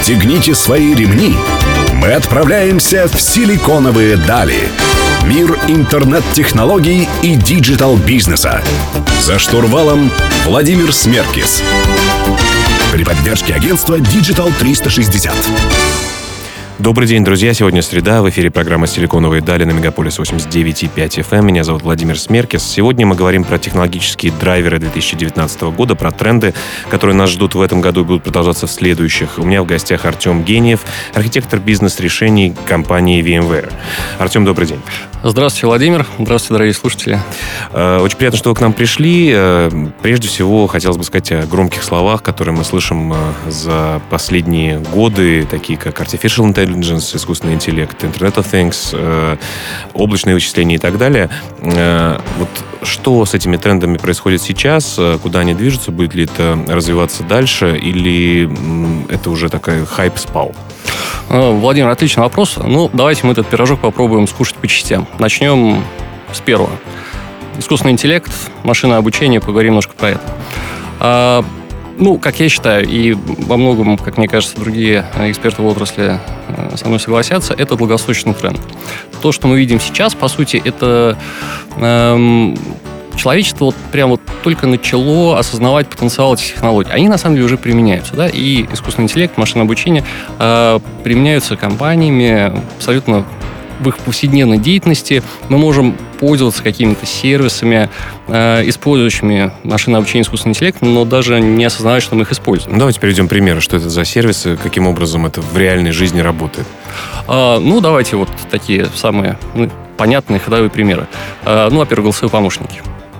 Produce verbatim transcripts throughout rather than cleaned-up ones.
Расстегните свои ремни. Мы отправляемся в силиконовые дали. Мир интернет-технологий и диджитал-бизнеса. За штурвалом Владимир Смеркис. При поддержке агентства Digital триста шестьдесят. Добрый день, друзья. Сегодня среда. В эфире программа «Силиконовые дали» на Мегаполис восемьдесят девять и пять эф эм. Меня зовут Владимир Смеркис. Сегодня мы говорим про технологические драйверы две тысячи девятнадцатого года, про тренды, которые нас ждут в этом году и будут продолжаться в следующих. У меня в гостях Артем Гениев, архитектор бизнес-решений компании VMware. Артем, добрый день. Здравствуйте, Владимир. Здравствуйте, дорогие слушатели. Очень приятно, что вы к нам пришли. Прежде всего, хотелось бы сказать о громких словах, которые мы слышим за последние годы, такие как Artificial Intelligence, искусственный интеллект, Internet of Things, облачные вычисления и так далее. Вот что с этими трендами происходит сейчас? Куда они движутся? Будет ли это развиваться дальше? Или это уже такой хайп спал? Владимир, отличный вопрос. Ну, давайте мы этот пирожок попробуем скушать по частям. Начнем с первого. Искусственный интеллект, машинное обучение, поговорим немножко про это. А, ну, как я считаю, и во многом, как мне кажется, другие эксперты в отрасли со мной согласятся, это долгосрочный тренд. То, что мы видим сейчас, по сути, это эм, человечество вот прям вот только начало осознавать потенциал этих технологий. Они, на самом деле, уже применяются, да, и искусственный интеллект, машинное обучение э, применяются компаниями абсолютно в их повседневной деятельности. Мы можем пользоваться какими-то сервисами, э, использующими машинное обучение, искусственный интеллект, но даже не осознавать, что мы их используем. Давайте приведем примеры, что это за сервисы, каким образом это в реальной жизни работает. Э, ну, давайте вот такие самые ну, понятные ходовые примеры. Э, ну, во-первых, голосовые помощники.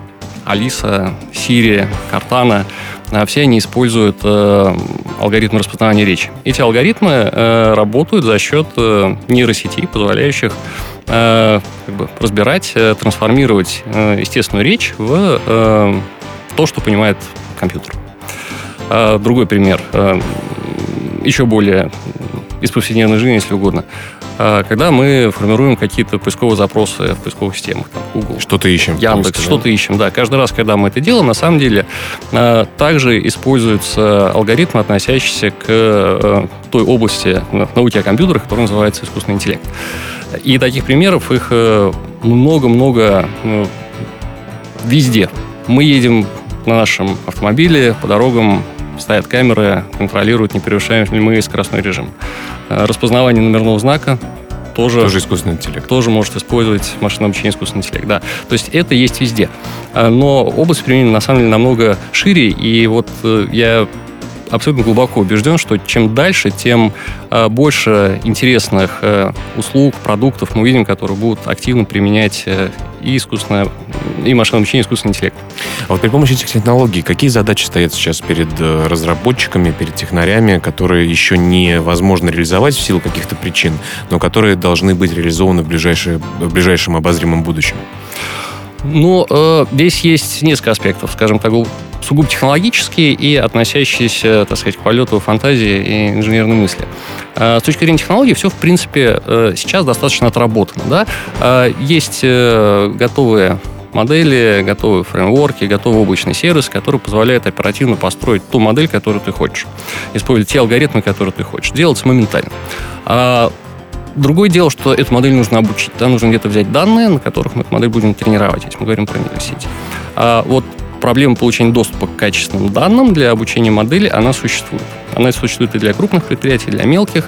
Алиса, Сири, Картана, все они используют э, алгоритмы распознавания речи. Эти алгоритмы э, работают за счет э, нейросетей, позволяющих э, как бы разбирать, э, трансформировать э, естественную речь в, э, в то, что понимает компьютер. Э, другой пример, э, еще более из повседневной жизни, если угодно. Когда мы формируем какие-то поисковые запросы в поисковых системах, там, Google, что-то ищем, Яндекс, поиске, что-то да? ищем, да. Каждый раз, когда мы это делаем, на самом деле также используются алгоритмы, относящиеся к той области науки о компьютерах, которая называется искусственный интеллект. И таких примеров их много-много везде. Мы едем на нашем автомобиле по дорогам, стоят камеры, контролируют, не превышаем ли мы скоростной режим. Распознавание номерного знака тоже, тоже искусственный интеллект. Тоже может использовать машинное обучение, искусственный интеллект, да. То есть это есть везде. Но область применения на самом деле намного шире, и вот я абсолютно глубоко убежден, что чем дальше, тем больше интересных услуг, продуктов мы увидим, которые будут активно применять и искусственное, и машинное обучение, и искусственный интеллект. А вот при помощи этих технологий какие задачи стоят сейчас перед разработчиками, перед технарями, которые еще невозможно реализовать в силу каких-то причин, но которые должны быть реализованы в, ближайшее, в ближайшем обозримом будущем? Ну, э, здесь есть несколько аспектов, скажем так, сугубо технологические и относящиеся, так сказать, к полету фантазии и инженерной мысли. Э, с точки зрения технологий все, в принципе, э, сейчас достаточно отработано. Да? Э, есть э, готовые модели, готовые фреймворки, готовые облачные сервисы, которые позволяют оперативно построить ту модель, которую ты хочешь. Использовать те алгоритмы, которые ты хочешь. Делать моментально. А другое дело, что эту модель нужно обучить. Да? Нужно где-то взять данные, на которых мы эту модель будем тренировать, если мы говорим про нейросети. А вот проблема получения доступа к качественным данным для обучения модели, она существует. Она существует и для крупных предприятий, и для мелких.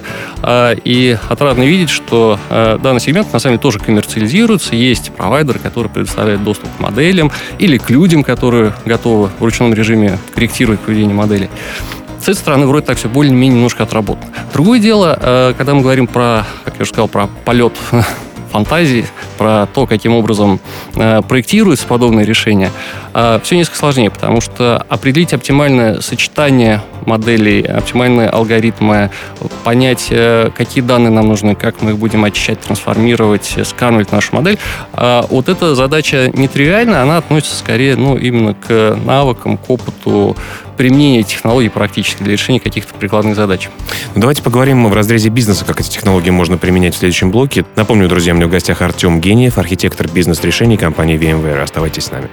И отрадно видеть, что данный сегмент на самом деле тоже коммерциализируется. Есть провайдеры, которые предоставляют доступ к моделям или к людям, которые готовы в ручном режиме корректировать поведение модели. С этой стороны вроде так все более-менее немножко отработано. Другое дело, когда мы говорим про, как я уже сказал, про полет фантазии, про то, каким образом э, проектируются подобные решения, э, все несколько сложнее, потому что определить оптимальное сочетание моделей, оптимальные алгоритмы, понять, э, какие данные нам нужны, как мы их будем очищать, трансформировать, сканывать нашу модель, э, вот эта задача нетривиальная, она относится скорее ну, именно к навыкам, к опыту применения технологий практически для решения каких-то прикладных задач. Ну, давайте поговорим в разрезе бизнеса, как эти технологии можно применять в следующем блоке. Напомню, друзья, у меня в гостях Артем Гениев, архитектор бизнес-решений компании VMware. Оставайтесь с нами.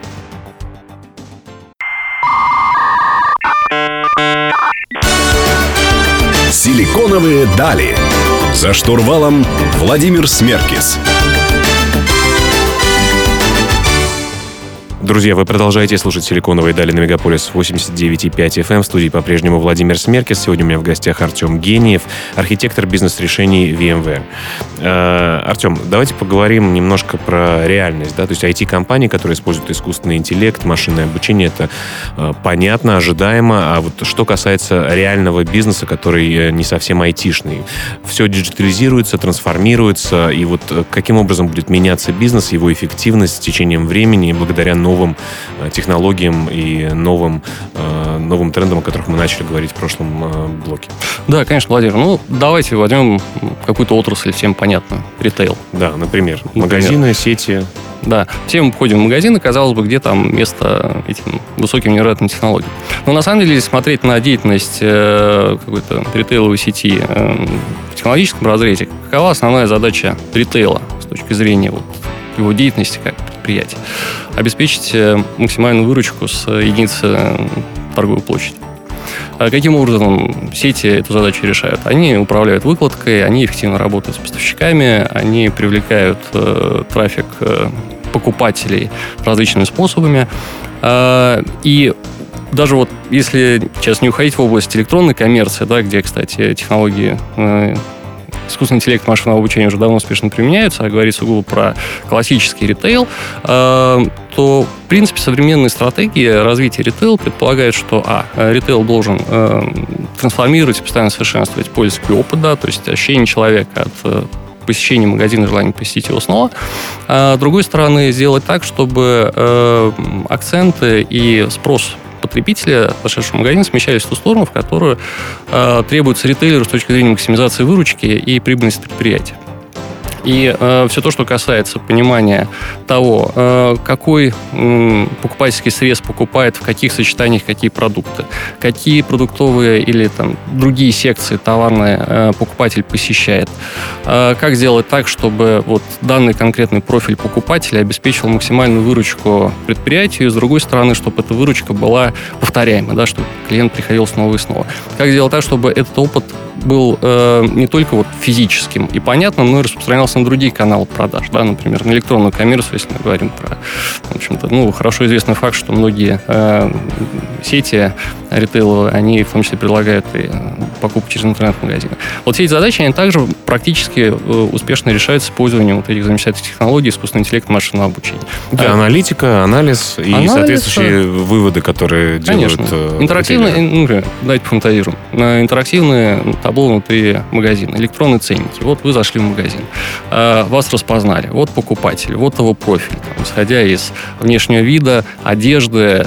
Силиконовые дали. За штурвалом Владимир Смеркис. Друзья, вы продолжаете слушать «Силиконовые дали» на Мегаполис восемьдесят девять и пять эф эм. В студии по-прежнему Владимир Смеркис. Сегодня у меня в гостях Артем Гениев, архитектор бизнес-решений VMware. Э, Артем, давайте поговорим немножко про реальность. Да? То есть ай ти-компании, которые используют искусственный интеллект, машинное обучение, это э, понятно, ожидаемо. А вот что касается реального бизнеса, который не совсем айтишный, все диджитализируется, трансформируется. И вот каким образом будет меняться бизнес, его эффективность с течением времени благодаря новым новым технологиям и новым, новым трендам, о которых мы начали говорить в прошлом блоке. Да, конечно, Владимир. Ну, давайте возьмем какую-то отрасль всем понятную. Ритейл. Да, например. Магазины, например. Сети. Да, все мы ходим в магазины, казалось бы, где там место этим высоким невероятным технологиям. Но на самом деле, если смотреть на деятельность э, какой-то ритейловой сети э, в технологическом разрезе, какова основная задача ритейла с точки зрения вот, его деятельности как предприятия? Обеспечить максимальную выручку с единицы торговой площади. Каким образом сети эту задачу решают? Они управляют выкладкой, они эффективно работают с поставщиками, они привлекают э, трафик э, покупателей различными способами. Э, и даже вот если сейчас не уходить в область электронной коммерции, да, где, кстати, технологии э, искусственный интеллект, машинного обучения уже давно успешно применяются, а говорить сугубо про классический ритейл, э, то, в принципе, современные стратегии развития ритейла предполагают, что, а, ритейл должен э, трансформировать и постоянно совершенствовать пользовательский опыт, да, то есть ощущение человека от э, посещения магазина, желание посетить его снова. А с другой стороны, сделать так, чтобы э, акценты и спрос потребителя, пошедшего в магазин, смещались в ту сторону, в которую э, требуется ритейлеру с точки зрения максимизации выручки и прибыльности предприятия. И э, все то, что касается понимания того, э, какой э, покупательский срез покупает, в каких сочетаниях какие продукты, какие продуктовые или там, другие секции товарные э, покупатель посещает, э, как сделать так, чтобы вот, данный конкретный профиль покупателя обеспечил максимальную выручку предприятию, и с другой стороны, чтобы эта выручка была повторяемой, да, чтобы клиент приходил снова и снова. Как сделать так, чтобы этот опыт был э, не только вот физическим и понятным, но и распространялся на другие каналы продаж, да, например, на электронную коммерцию, если мы говорим про, в общем-то, ну, хорошо известный факт, что многие э, сети ритейловые, они в том числе предлагают и покупку через интернет-магазины. Вот все эти задачи, они также практически э, успешно решаются с использованием вот этих замечательных технологий искусственного интеллекта, машинного обучения. Да, а, аналитика, анализ и анализ, соответствующие да. выводы, которые делают... Конечно. Интерактивные, ну, давайте пофантазируем. Интерактивные табло внутри магазина, электронные ценники. Вот вы зашли в магазин, вас распознали, вот покупатель, вот его профиль, там, исходя из внешнего вида, одежды,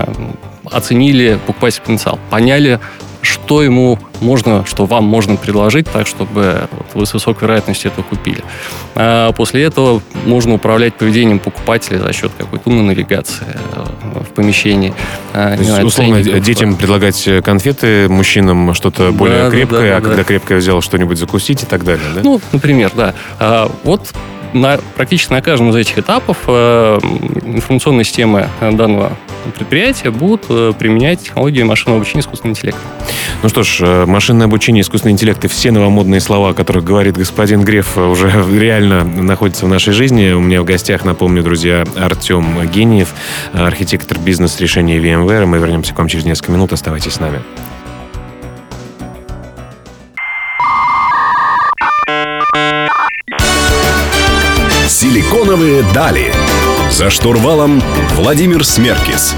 оценили покупательский потенциал, поняли, что ему можно, что вам можно предложить так, чтобы вы с высокой вероятностью это купили. А после этого можно управлять поведением покупателя за счет какой-то умной навигации в помещении. То есть, знаю, условно, ценников. Детям предлагать конфеты, мужчинам что-то более да, крепкое, да, да, а да. когда крепкое взял, что-нибудь закусить и так далее, да? Ну, например, да. А вот на, практически на каждом из этих этапов э, информационные системы данного предприятия будут э, применять технологии машинного обучения искусственного интеллекта. Ну что ж, машинное обучение, искусственный интеллект и все новомодные слова, о которых говорит господин Греф, уже реально находятся в нашей жизни. У меня в гостях, напомню, друзья, Артем Гениев, архитектор бизнес-решений VMware. Мы вернемся к вам через несколько минут. Оставайтесь с нами. Силиконовые дали. За штурвалом Владимир Смеркис.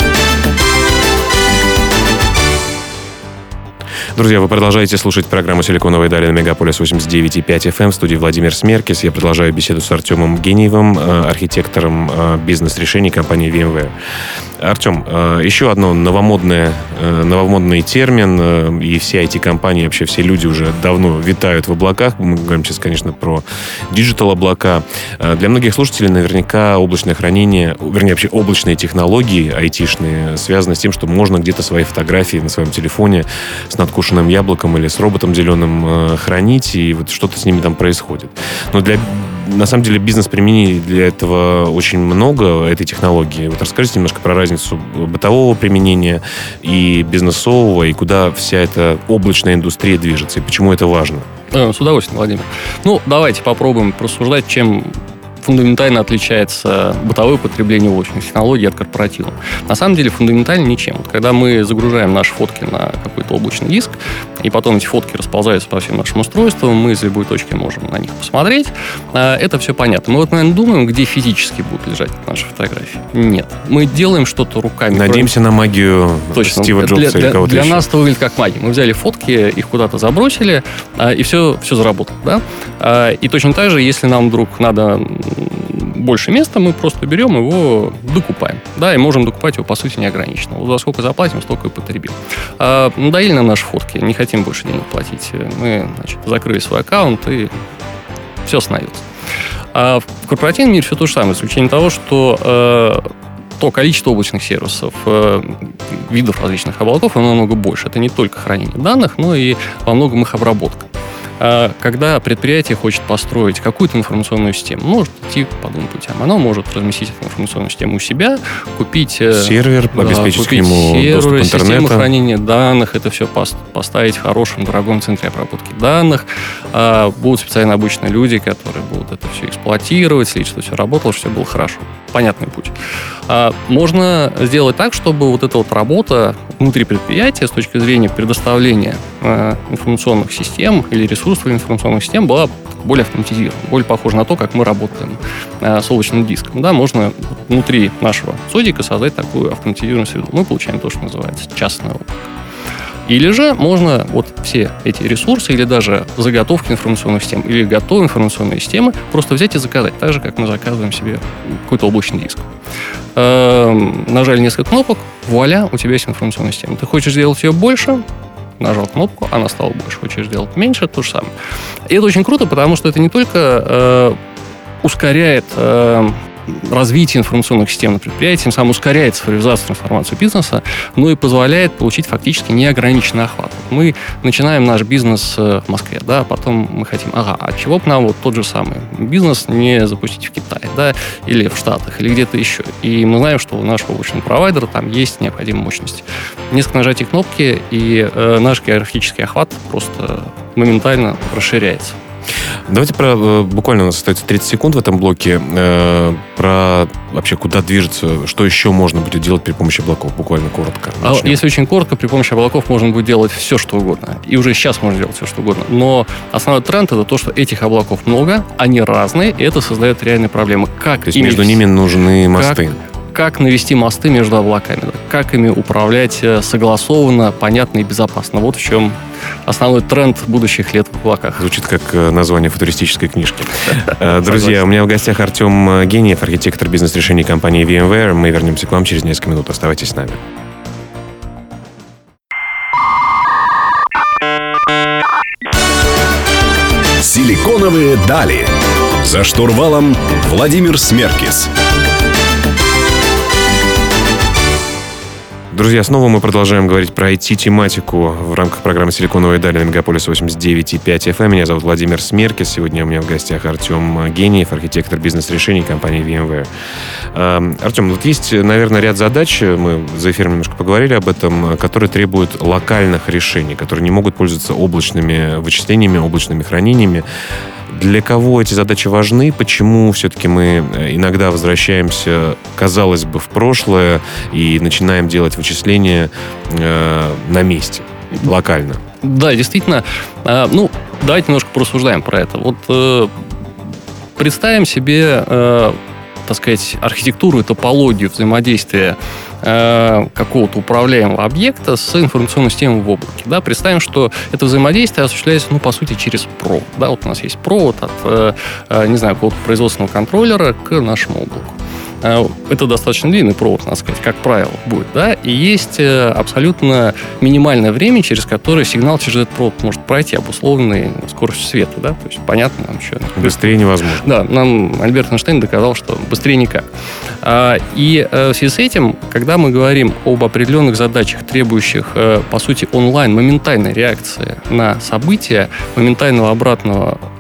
Друзья, вы продолжаете слушать программу «Силиконовые дали» на Мегаполис восемьдесят девять и пять эф эм. В студии Владимир Смеркис. Я продолжаю беседу с Артемом Гениевым, архитектором бизнес-решений компании VMware. Артем, еще одно новомодное, новомодный термин, и все ай ти-компании, вообще все люди уже давно витают в облаках. Мы говорим сейчас, конечно, про диджитал-облака. Для многих слушателей наверняка облачное хранение, вернее, вообще облачные технологии айтишные связаны с тем, что можно где-то свои фотографии на своем телефоне с надкушенным яблоком или с роботом зеленым хранить, и вот что-то с ними там происходит. Но для на самом деле бизнес-применений для этого очень много, этой технологии. Вот расскажите немножко про разницу бытового применения и бизнесового, и куда вся эта облачная индустрия движется, и почему это важно. С удовольствием, Владимир. Ну, давайте попробуем просуждать, чем фундаментально отличается бытовое потребление облачных технологий от корпоративного. На самом деле фундаментально ничем. Вот когда мы загружаем наши фотки на какой-то облачный диск, и потом эти фотки расползаются по всем нашим устройствам, мы из любой точки можем на них посмотреть, это все понятно. Мы вот, наверное, думаем, где физически будут лежать наши фотографии. Нет. Мы делаем что-то руками. Надеемся на магию Точно. Стива Джобса для, или для, кого-то для еще. нас это выглядит как магия. Мы взяли фотки, их куда-то забросили, и все, все заработало. Да? И точно так же, если нам вдруг надо больше места, мы просто берем его, докупаем. Да, и можем докупать его, по сути, неограниченно. Вот за сколько заплатим, столько и потребим. А, надоели нам наши фотки, не хотим больше денег платить. Мы, значит, закрыли свой аккаунт, и все остановилось. А в корпоративном мире все то же самое, с исключением того, что э, то количество облачных сервисов, э, видов различных облаков, оно намного больше. Это не только хранение данных, но и во многом их обработка. Когда предприятие хочет построить какую-то информационную систему, может идти по двум путям. Оно может разместить эту информационную систему у себя, купить сервер, да, обеспечить купить к нему серверы, доступ интернета, систему хранения данных, это все поставить в хорошем, дорогом центре обработки данных. Будут специально обученные люди, которые будут это все эксплуатировать, следить, что все работало, что все было хорошо. Понятный путь. Можно сделать так, чтобы вот эта вот работа внутри предприятия с точки зрения предоставления информационных систем или ресурсов информационных систем была более автоматизирована, более похожа на то, как мы работаем э, с облачным диском. Да, можно внутри нашего содика создать такую автоматизированную среду. Мы получаем то, что называется частное облако. Или же можно вот все эти ресурсы или даже заготовки информационных систем или готовые информационные системы просто взять и заказать, так же, как мы заказываем себе какой-то облачный диск. Э-м, нажали несколько кнопок, вуаля, у тебя есть информационная система. Ты хочешь сделать ее больше? Нажал кнопку, она стала больше. Хочешь сделать меньше, то же самое. И это очень круто, потому что это не только э, ускоряет э, развитие информационных систем на предприятии, тем самым ускоряет цифровизацию информации бизнеса, но и позволяет получить фактически неограниченный охват. Мы начинаем наш бизнес в Москве, да, потом мы хотим, ага, а чего бы нам вот тот же самый бизнес не запустить в Китае, да, или в Штатах, или где-то еще. И мы знаем, что у нашего облачного провайдера там есть необходимая мощность. Несколько нажатий кнопки, и э, наш географический охват просто моментально расширяется. Давайте про, буквально у нас остается тридцать секунд в этом блоке, э, про вообще куда движется, что еще можно будет делать при помощи облаков, буквально коротко. А если очень коротко, при помощи облаков можно будет делать все, что угодно. И уже сейчас можно делать все, что угодно. Но основной тренд — это то, что этих облаков много, они разные, и это создает реальные проблемы. Как то есть между ними нужны мосты. Как... Как навести мосты между облаками, как ими управлять согласованно, понятно и безопасно. Вот в чем основной тренд будущих лет в облаках. Звучит как название футуристической книжки. Друзья, у меня в гостях Артем Гениев, архитектор бизнес-решений компании VMware. Мы вернемся к вам через несколько минут. Оставайтесь с нами. Силиконовые дали. За штурвалом Владимир Смеркис. Друзья, снова мы продолжаем говорить про ай ти-тематику в рамках программы «Силиконовые дали» на Мегаполис восемьдесят девять и пять эф эм. Меня зовут Владимир Смеркис. Сегодня у меня в гостях Артем Гениев, архитектор бизнес-решений компании VMware. Артем, вот есть, наверное, ряд задач, мы за эфиром немножко поговорили об этом, которые требуют локальных решений, которые не могут пользоваться облачными вычислениями, облачными хранениями. Для кого эти задачи важны? Почему все-таки мы иногда возвращаемся, казалось бы, в прошлое и начинаем делать вычисления э, на месте, локально? Да, действительно. Э, ну, давайте немножко порассуждаем про это. Вот э, представим себе, э, так сказать, архитектуру и топологию взаимодействия какого-то управляемого объекта с информационной системой в облаке. Да, представим, что это взаимодействие осуществляется, ну, по сути, через провод. Да, вот у нас есть провод от, не знаю, какого-то производственного контроллера к нашему облаку. Это достаточно длинный провод, надо сказать, как правило, будет, да, и есть абсолютно минимальное время, через которое сигнал через этот провод может пройти, обусловленный скоростью света, да, то есть понятно нам что. Быстрее невозможно. Да, нам Альберт Эйнштейн доказал, что быстрее никак. И в связи с этим, когда мы говорим об определенных задачах, требующих, по сути, онлайн, моментальной реакции на события, моментального обратного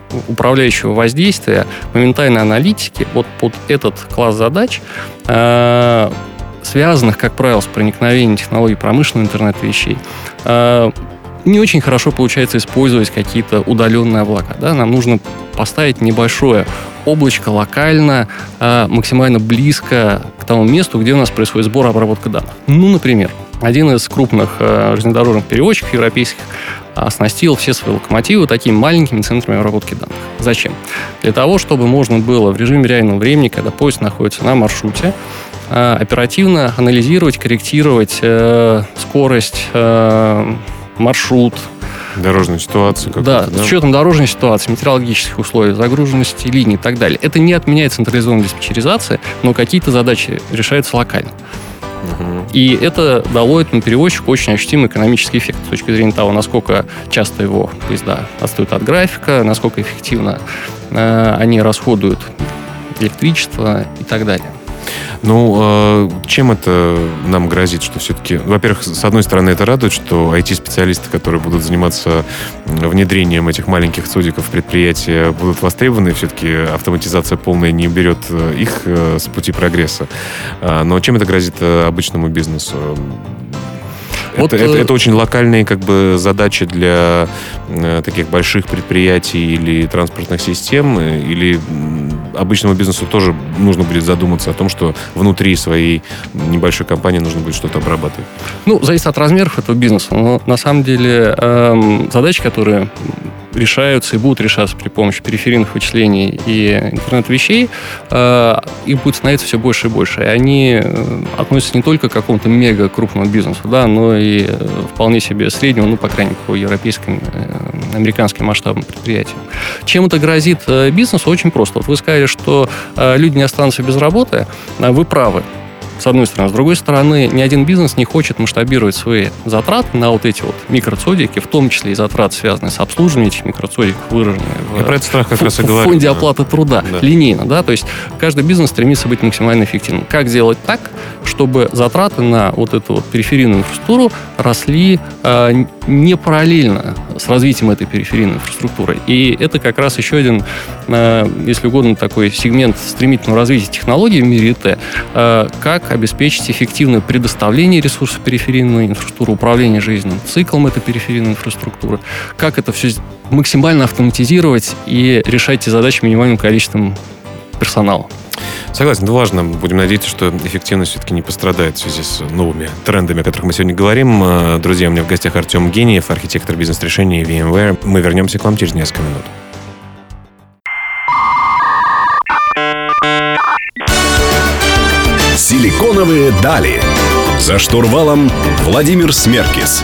управляющего воздействия, моментальной аналитики вот под этот класс задач, э, связанных, как правило, с проникновением технологий промышленного интернета вещей, э, не очень хорошо получается использовать какие-то удаленные облака. Да? Нам нужно поставить небольшое облачко локально, э, максимально близко к тому месту, где у нас происходит сбор и обработка данных. Ну, например, один из крупных э, железнодорожных перевозчиков европейских оснастил все свои локомотивы такими маленькими центрами обработки данных. Zачем? Для того, чтобы можно было в режиме реального времени, когда поезд находится на маршруте, э, оперативно анализировать, корректировать э, скорость, э, маршрут, дорожную ситуацию. Да, да, с учетом дорожной ситуации, метеорологических условий, загруженности линий и так далее. Это не отменяет централизованную диспетчеризацию, но какие-то задачи решаются локально. Угу. И это дало этому перевозчику очень ощутимый экономический эффект с точки зрения того, насколько часто его поезда отстают от графика, насколько эффективно э, они расходуют электричество и так далее. Ну, чем это нам грозит? Что все-таки, во-первых, с одной стороны, это радует, что ай ти-специалисты, которые будут заниматься внедрением этих маленьких цодиков в предприятия, будут востребованы. Все-таки автоматизация полная не берет их с пути прогресса. Но чем это грозит обычному бизнесу? Вот, это, это, это очень локальные как бы задачи для э, таких больших предприятий или транспортных систем, или обычному бизнесу тоже нужно будет задуматься о том, что внутри своей небольшой компании нужно будет что-то обрабатывать. Ну, зависит от размеров этого бизнеса. Но на самом деле э, задачи, которые решаются и будут решаться при помощи периферийных вычислений и интернет-вещей, э, их будет становиться все больше и больше. И они относятся не только к какому-то мега крупному бизнесу, да, но и вполне себе среднему, ну, по крайней мере, по европейским, э, американским масштабам предприятий. Чем это грозит э, бизнесу? Очень просто. Вот вы сказали, что э, люди не останутся без работы. Вы правы. С одной стороны. С другой стороны, ни один бизнес не хочет масштабировать свои затраты на вот эти вот микроцодики, в том числе и затраты, связанные с обслуживанием этих микроцодиков, выраженные в, про этот страх как в, раз и в говорю, фонде да. оплаты труда, да. Линейно. Да? То есть каждый бизнес стремится быть максимально эффективным. Как сделать так, чтобы затраты на вот эту вот периферийную инфраструктуру росли э, не параллельно с развитием этой периферийной инфраструктуры? И это как раз еще один, э, если угодно, такой сегмент стремительного развития технологий в мире ИТ, э, как обеспечить эффективное предоставление ресурсов периферийной инфраструктуры, управление жизненным циклом этой периферийной инфраструктуры, как это все максимально автоматизировать и решать эти задачи минимальным количеством персонала. Согласен, это важно. Будем надеяться, что эффективность все-таки не пострадает в связи с новыми трендами, о которых мы сегодня говорим. Друзья, у меня в гостях Артем Гениев, архитектор бизнес-решений VMware. Мы вернемся к вам через несколько минут. Силиконовые дали. За штурвалом Владимир Смеркис.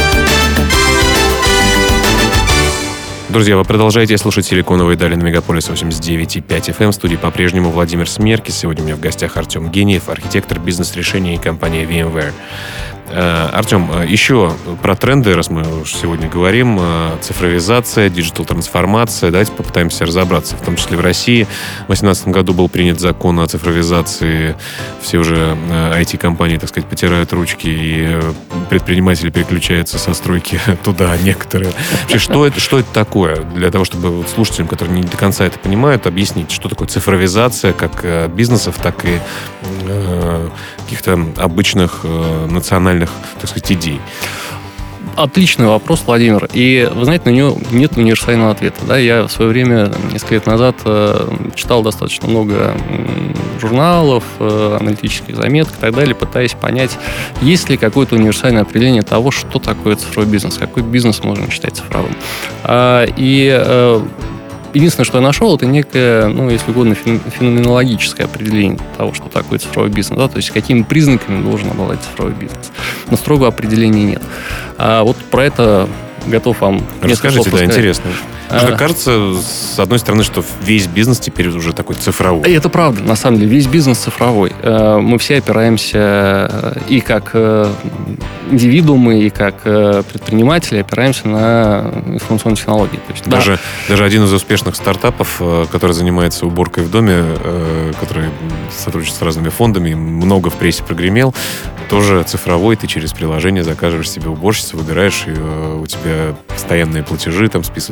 Друзья, вы продолжаете слушать «Силиконовые дали» на Мегаполис восемьдесят девять и пять эф эм. В студии по-прежнему Владимир Смеркис. Сегодня у меня в гостях Артем Гениев, архитектор бизнес-решений и компания VMware. Артем, еще про тренды, раз мы уж сегодня говорим. Цифровизация, диджитал-трансформация. Давайте попытаемся разобраться, в том числе в России. В две тысячи восемнадцатом году был принят закон о цифровизации. Все уже ай ти-компании, так сказать, потирают ручки, и предприниматели переключаются со стройки туда некоторые. Вообще, что это, что это такое? Для того, чтобы вот слушателям, которые не до конца это понимают, объяснить, что такое цифровизация как бизнесов, так и э, каких-то обычных э, национальных, так сказать, идей. Отличный вопрос, Владимир. И, вы знаете, на него нет универсального ответа. Да? Я в свое время, несколько лет назад, э, читал достаточно много э, журналов, э, аналитических заметок и так далее, пытаясь понять, есть ли какое-то универсальное определение того, что такое цифровой бизнес, какой бизнес можно считать цифровым. А, и э, единственное, что я нашел, это некое, ну, если угодно, феноменологическое определение того, что такое цифровой бизнес, да, то есть какими признаками должен обладать цифровой бизнес. Но строгого определения нет. А вот про это готов вам несколько слов Расскажите, да, сказать. Интересно. Потому что кажется, с одной стороны, что весь бизнес теперь уже такой цифровой. И это правда, на самом деле, весь бизнес цифровой. Мы все опираемся и как индивидуумы, и как предприниматели опираемся на информационные технологии. То есть, даже, да. даже один из успешных стартапов, который занимается уборкой в доме, который сотрудничает с разными фондами, много в прессе прогремел, тоже цифровой. Ты через приложение заказываешь себе уборщицу, выбираешь, и у тебя постоянные платежи там списываются и так далее.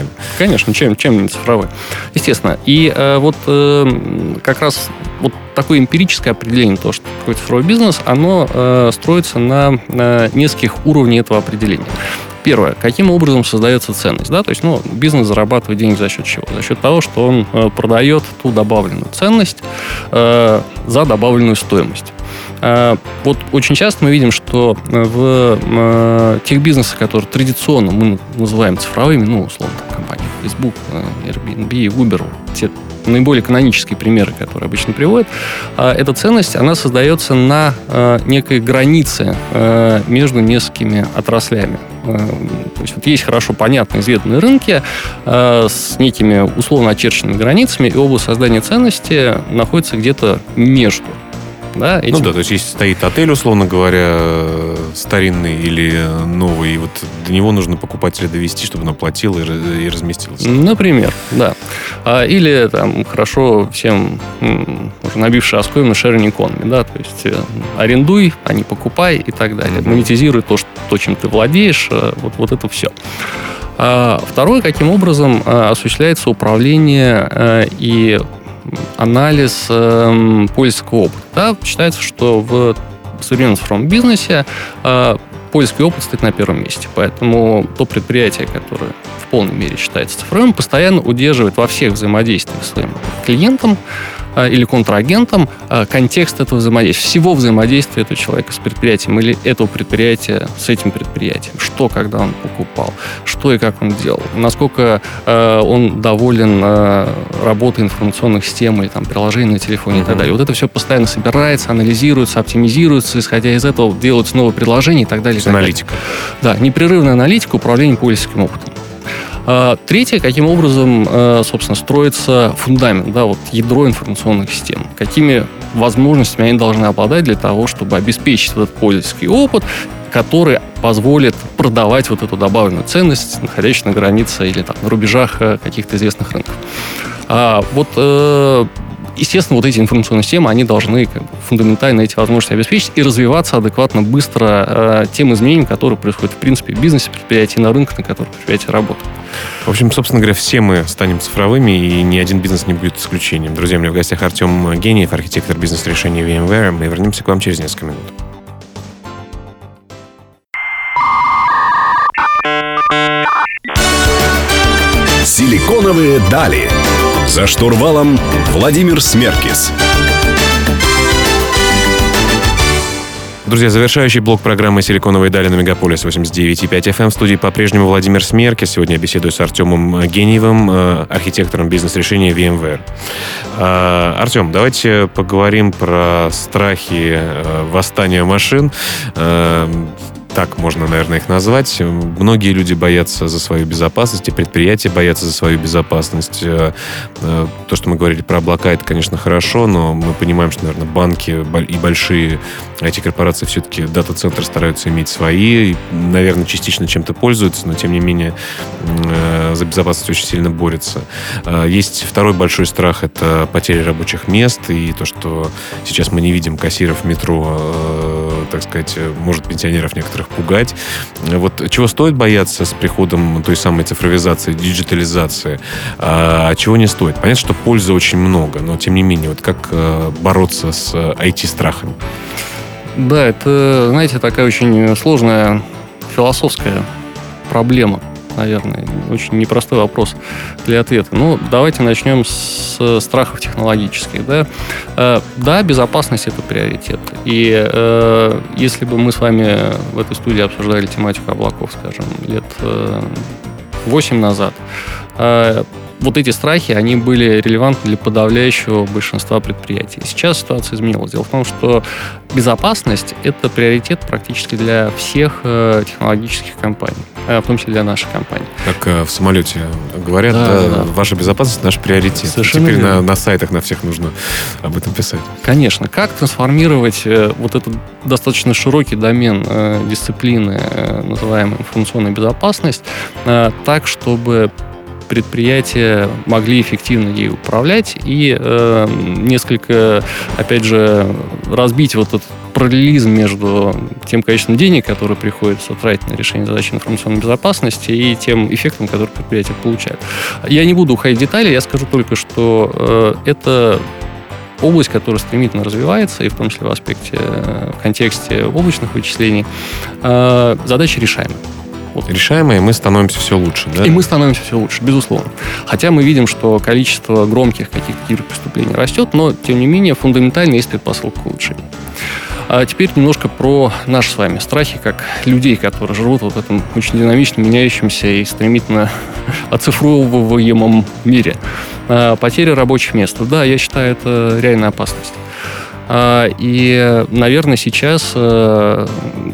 наверное. Конечно, чем, чем не цифровой. Естественно. И э, вот э, как раз вот такое эмпирическое определение того, что такое цифровой бизнес, оно э, строится на, на нескольких уровнях этого определения. Первое. Каким образом создается ценность? Да? То есть, ну, бизнес зарабатывает деньги за счет чего? За счет того, что он э, продает ту добавленную ценность э, за добавленную стоимость. Э, вот очень часто мы видим, что в э, тех бизнесах, которые традиционно мы называем цифровыми, ну, условно, там, компании Facebook, Airbnb, Uber, те наиболее канонические примеры, которые обычно приводят, э, эта ценность, она создается на э, некой границе э, между несколькими отраслями. То есть вот есть хорошо понятные, известные рынки э, с некими условно очерченными границами, и область создания ценности находится где-то между. Да, этим. Ну да, то есть если стоит отель, условно говоря, старинный или новый, и вот до него нужно покупателя довести, чтобы он оплатил и, и разместился. Например, да. А, или там хорошо всем уже набивший оскомину sharing economy, да, то есть э, арендуй, а не покупай и так далее. Mm-hmm. Монетизируй то, что, то, чем ты владеешь, э, вот, вот это все. А, второе, каким образом э, осуществляется управление э, и анализ э, пользовательского опыта. Да? Считается, что в современном цифровом бизнесе э, пользовательский опыт стоит на первом месте. Поэтому то предприятие, которое в полной мере считается цифровым, постоянно удерживает во всех взаимодействиях с своим клиентом э, или контрагентом э, контекст этого взаимодействия, всего взаимодействия этого человека с предприятием или этого предприятия с этим предприятием. Что, когда он покупал, что и как он делал, насколько э, он доволен э, работой информационных систем или там, приложений на телефоне mm-hmm. и так далее. Вот это все постоянно собирается, анализируется, оптимизируется, исходя из этого делаются новые предложения и так далее. Аналитика. Да, непрерывная аналитика, управление пользовательским опытом. Третье, каким образом, собственно, строится фундамент, да, вот ядро информационных систем. Какими возможностями они должны обладать для того, чтобы обеспечить вот этот пользовательский опыт, который позволит продавать вот эту добавленную ценность, находящуюся на границе или там, на рубежах каких-то известных рынков. А вот естественно, вот эти информационные системы, они должны как бы, фундаментально эти возможности обеспечить и развиваться адекватно, быстро э, тем изменениям, которые происходят в принципе в бизнесе предприятий, на рынках, на которых предприятия работают. В общем, собственно говоря, все мы станем цифровыми, и ни один бизнес не будет исключением. Друзья, у меня в гостях Артем Гениев, архитектор бизнес-решения VMware. Мы вернемся к вам через несколько минут. Силиконовые дали. За штурвалом Владимир Смеркис. Друзья, завершающий блок программы «Силиконовые дали» на Мегаполис восемьдесят девять и пять эф эм. В студии по-прежнему Владимир Смеркис. Сегодня я беседую с Артемом Гениевым, архитектором бизнес-решения VMware. Артем, давайте поговорим про страхи восстания машин. Так можно, наверное, их назвать. Многие люди боятся за свою безопасность, и предприятия боятся за свою безопасность. То, что мы говорили про облака, это, конечно, хорошо, но мы понимаем, что, наверное, банки и большие ай ти-корпорации все-таки дата-центры стараются иметь свои, и, наверное, частично чем-то пользуются, но, тем не менее, за безопасность очень сильно борются. Есть второй большой страх — это потеря рабочих мест, и то, что сейчас мы не видим кассиров в метро, так сказать, может пенсионеров некоторых пугать. Вот чего стоит бояться с приходом той самой цифровизации, диджитализации, а чего не стоит? Понятно, что пользы очень много, но тем не менее, вот как бороться с ай ти-страхами? Да, это, знаете, такая очень сложная философская проблема, наверное. Очень непростой вопрос для ответа. Ну, давайте начнем с страхов технологических. Да, э, да безопасность — это приоритет. И э, если бы мы с вами в этой студии обсуждали тематику облаков, скажем, лет э, восемь назад, э, вот эти страхи, они были релевантны для подавляющего большинства предприятий. Сейчас ситуация изменилась. Дело в том, что безопасность — это приоритет практически для всех э, технологических компаний, э, в том числе для нашей компании. Как э, в самолете говорят, да, да, да. Ваша безопасность — наш приоритет. Совершенно Теперь на, на сайтах на всех нужно об этом писать. Конечно. Как трансформировать э, вот этот достаточно широкий домен э, дисциплины, э, называемой информационная безопасность, э, так, чтобы предприятия могли эффективно ей управлять и э, несколько, опять же, разбить вот этот параллелизм между тем количеством денег, которые приходится тратить на решение задачи информационной безопасности, и тем эффектом, который предприятие получает. Я не буду уходить в детали, я скажу только, что э, это область, которая стремительно развивается, и в том числе в аспекте, в контексте облачных вычислений, э, задача решаемая. Вот. Решаемые, мы становимся все лучше, да? И мы становимся все лучше, безусловно. Хотя мы видим, что количество громких каких-то киберпреступлений растет, но, тем не менее, фундаментально есть предпосылка к улучшению. А теперь немножко про наши с вами страхи, как людей, которые живут вот в этом очень динамично меняющемся и стремительно оцифровываемом мире. А, потеря рабочих мест. Да, я считаю, это реальная опасность. А, и, наверное, сейчас а,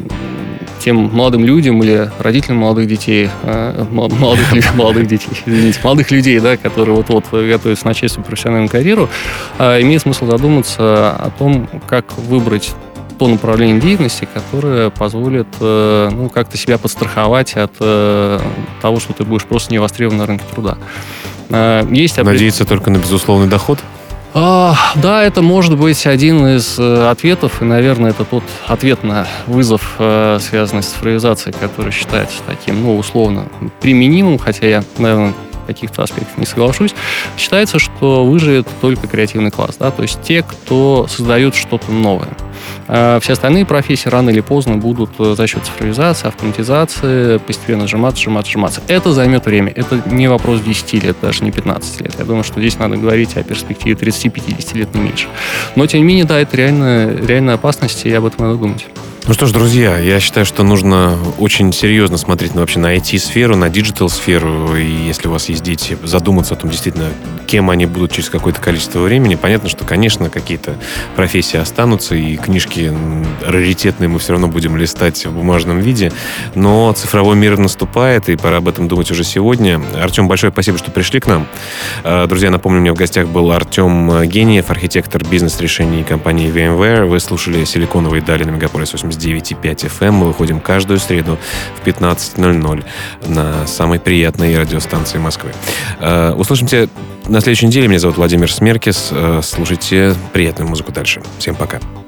тем молодым людям или родителям молодых детей, а, молодых, молодых детей, извините, молодых людей, да, которые вот-вот готовятся начать свою профессиональную карьеру, а, имеет смысл задуматься о том, как выбрать то направление деятельности, которое позволит э, ну, как-то себя подстраховать от э, того, что ты будешь просто не востребован на рынке труда. Э, есть Надеяться только на безусловный доход? А, да, это может быть один из э, ответов, и, наверное, это тот ответ на вызов, э, связанный с цифровизацией, который считается таким, ну, условно, применимым, хотя я, наверное, в каких-то аспектах не соглашусь. Считается, что выживет только креативный класс, да, то есть те, кто создает что-то новое. А все остальные профессии рано или поздно будут за счет цифровизации, автоматизации постепенно сжиматься, сжиматься, сжиматься. Это займет время. Это не вопрос десяти лет, даже не пятнадцати лет. Я думаю, что здесь надо говорить о перспективе тридцати-пятидесяти лет, не меньше. Но, тем не менее, да, это реально, реальная опасность, и об этом надо думать. Ну что ж, друзья, я считаю, что нужно очень серьезно смотреть на, вообще на ай ти-сферу, на диджитал-сферу, и если у вас есть дети, задуматься о том, действительно, кем они будут через какое-то количество времени. Понятно, что, конечно, какие-то профессии останутся, и книжки раритетные мы все равно будем листать в бумажном виде, но цифровой мир наступает, и пора об этом думать уже сегодня. Артем, большое спасибо, что пришли к нам. Друзья, напомню, у меня в гостях был Артем Гениев, архитектор бизнес-решений компании VMware. Вы слушали «Силиконовые дали» на Мегаполис восемьдесят девять и пять эф эм. Мы выходим каждую среду в пятнадцать ноль ноль на самой приятной радиостанции Москвы. Услышимся на следующей неделе. Меня зовут Владимир Смеркис. Слушайте приятную музыку дальше. Всем пока.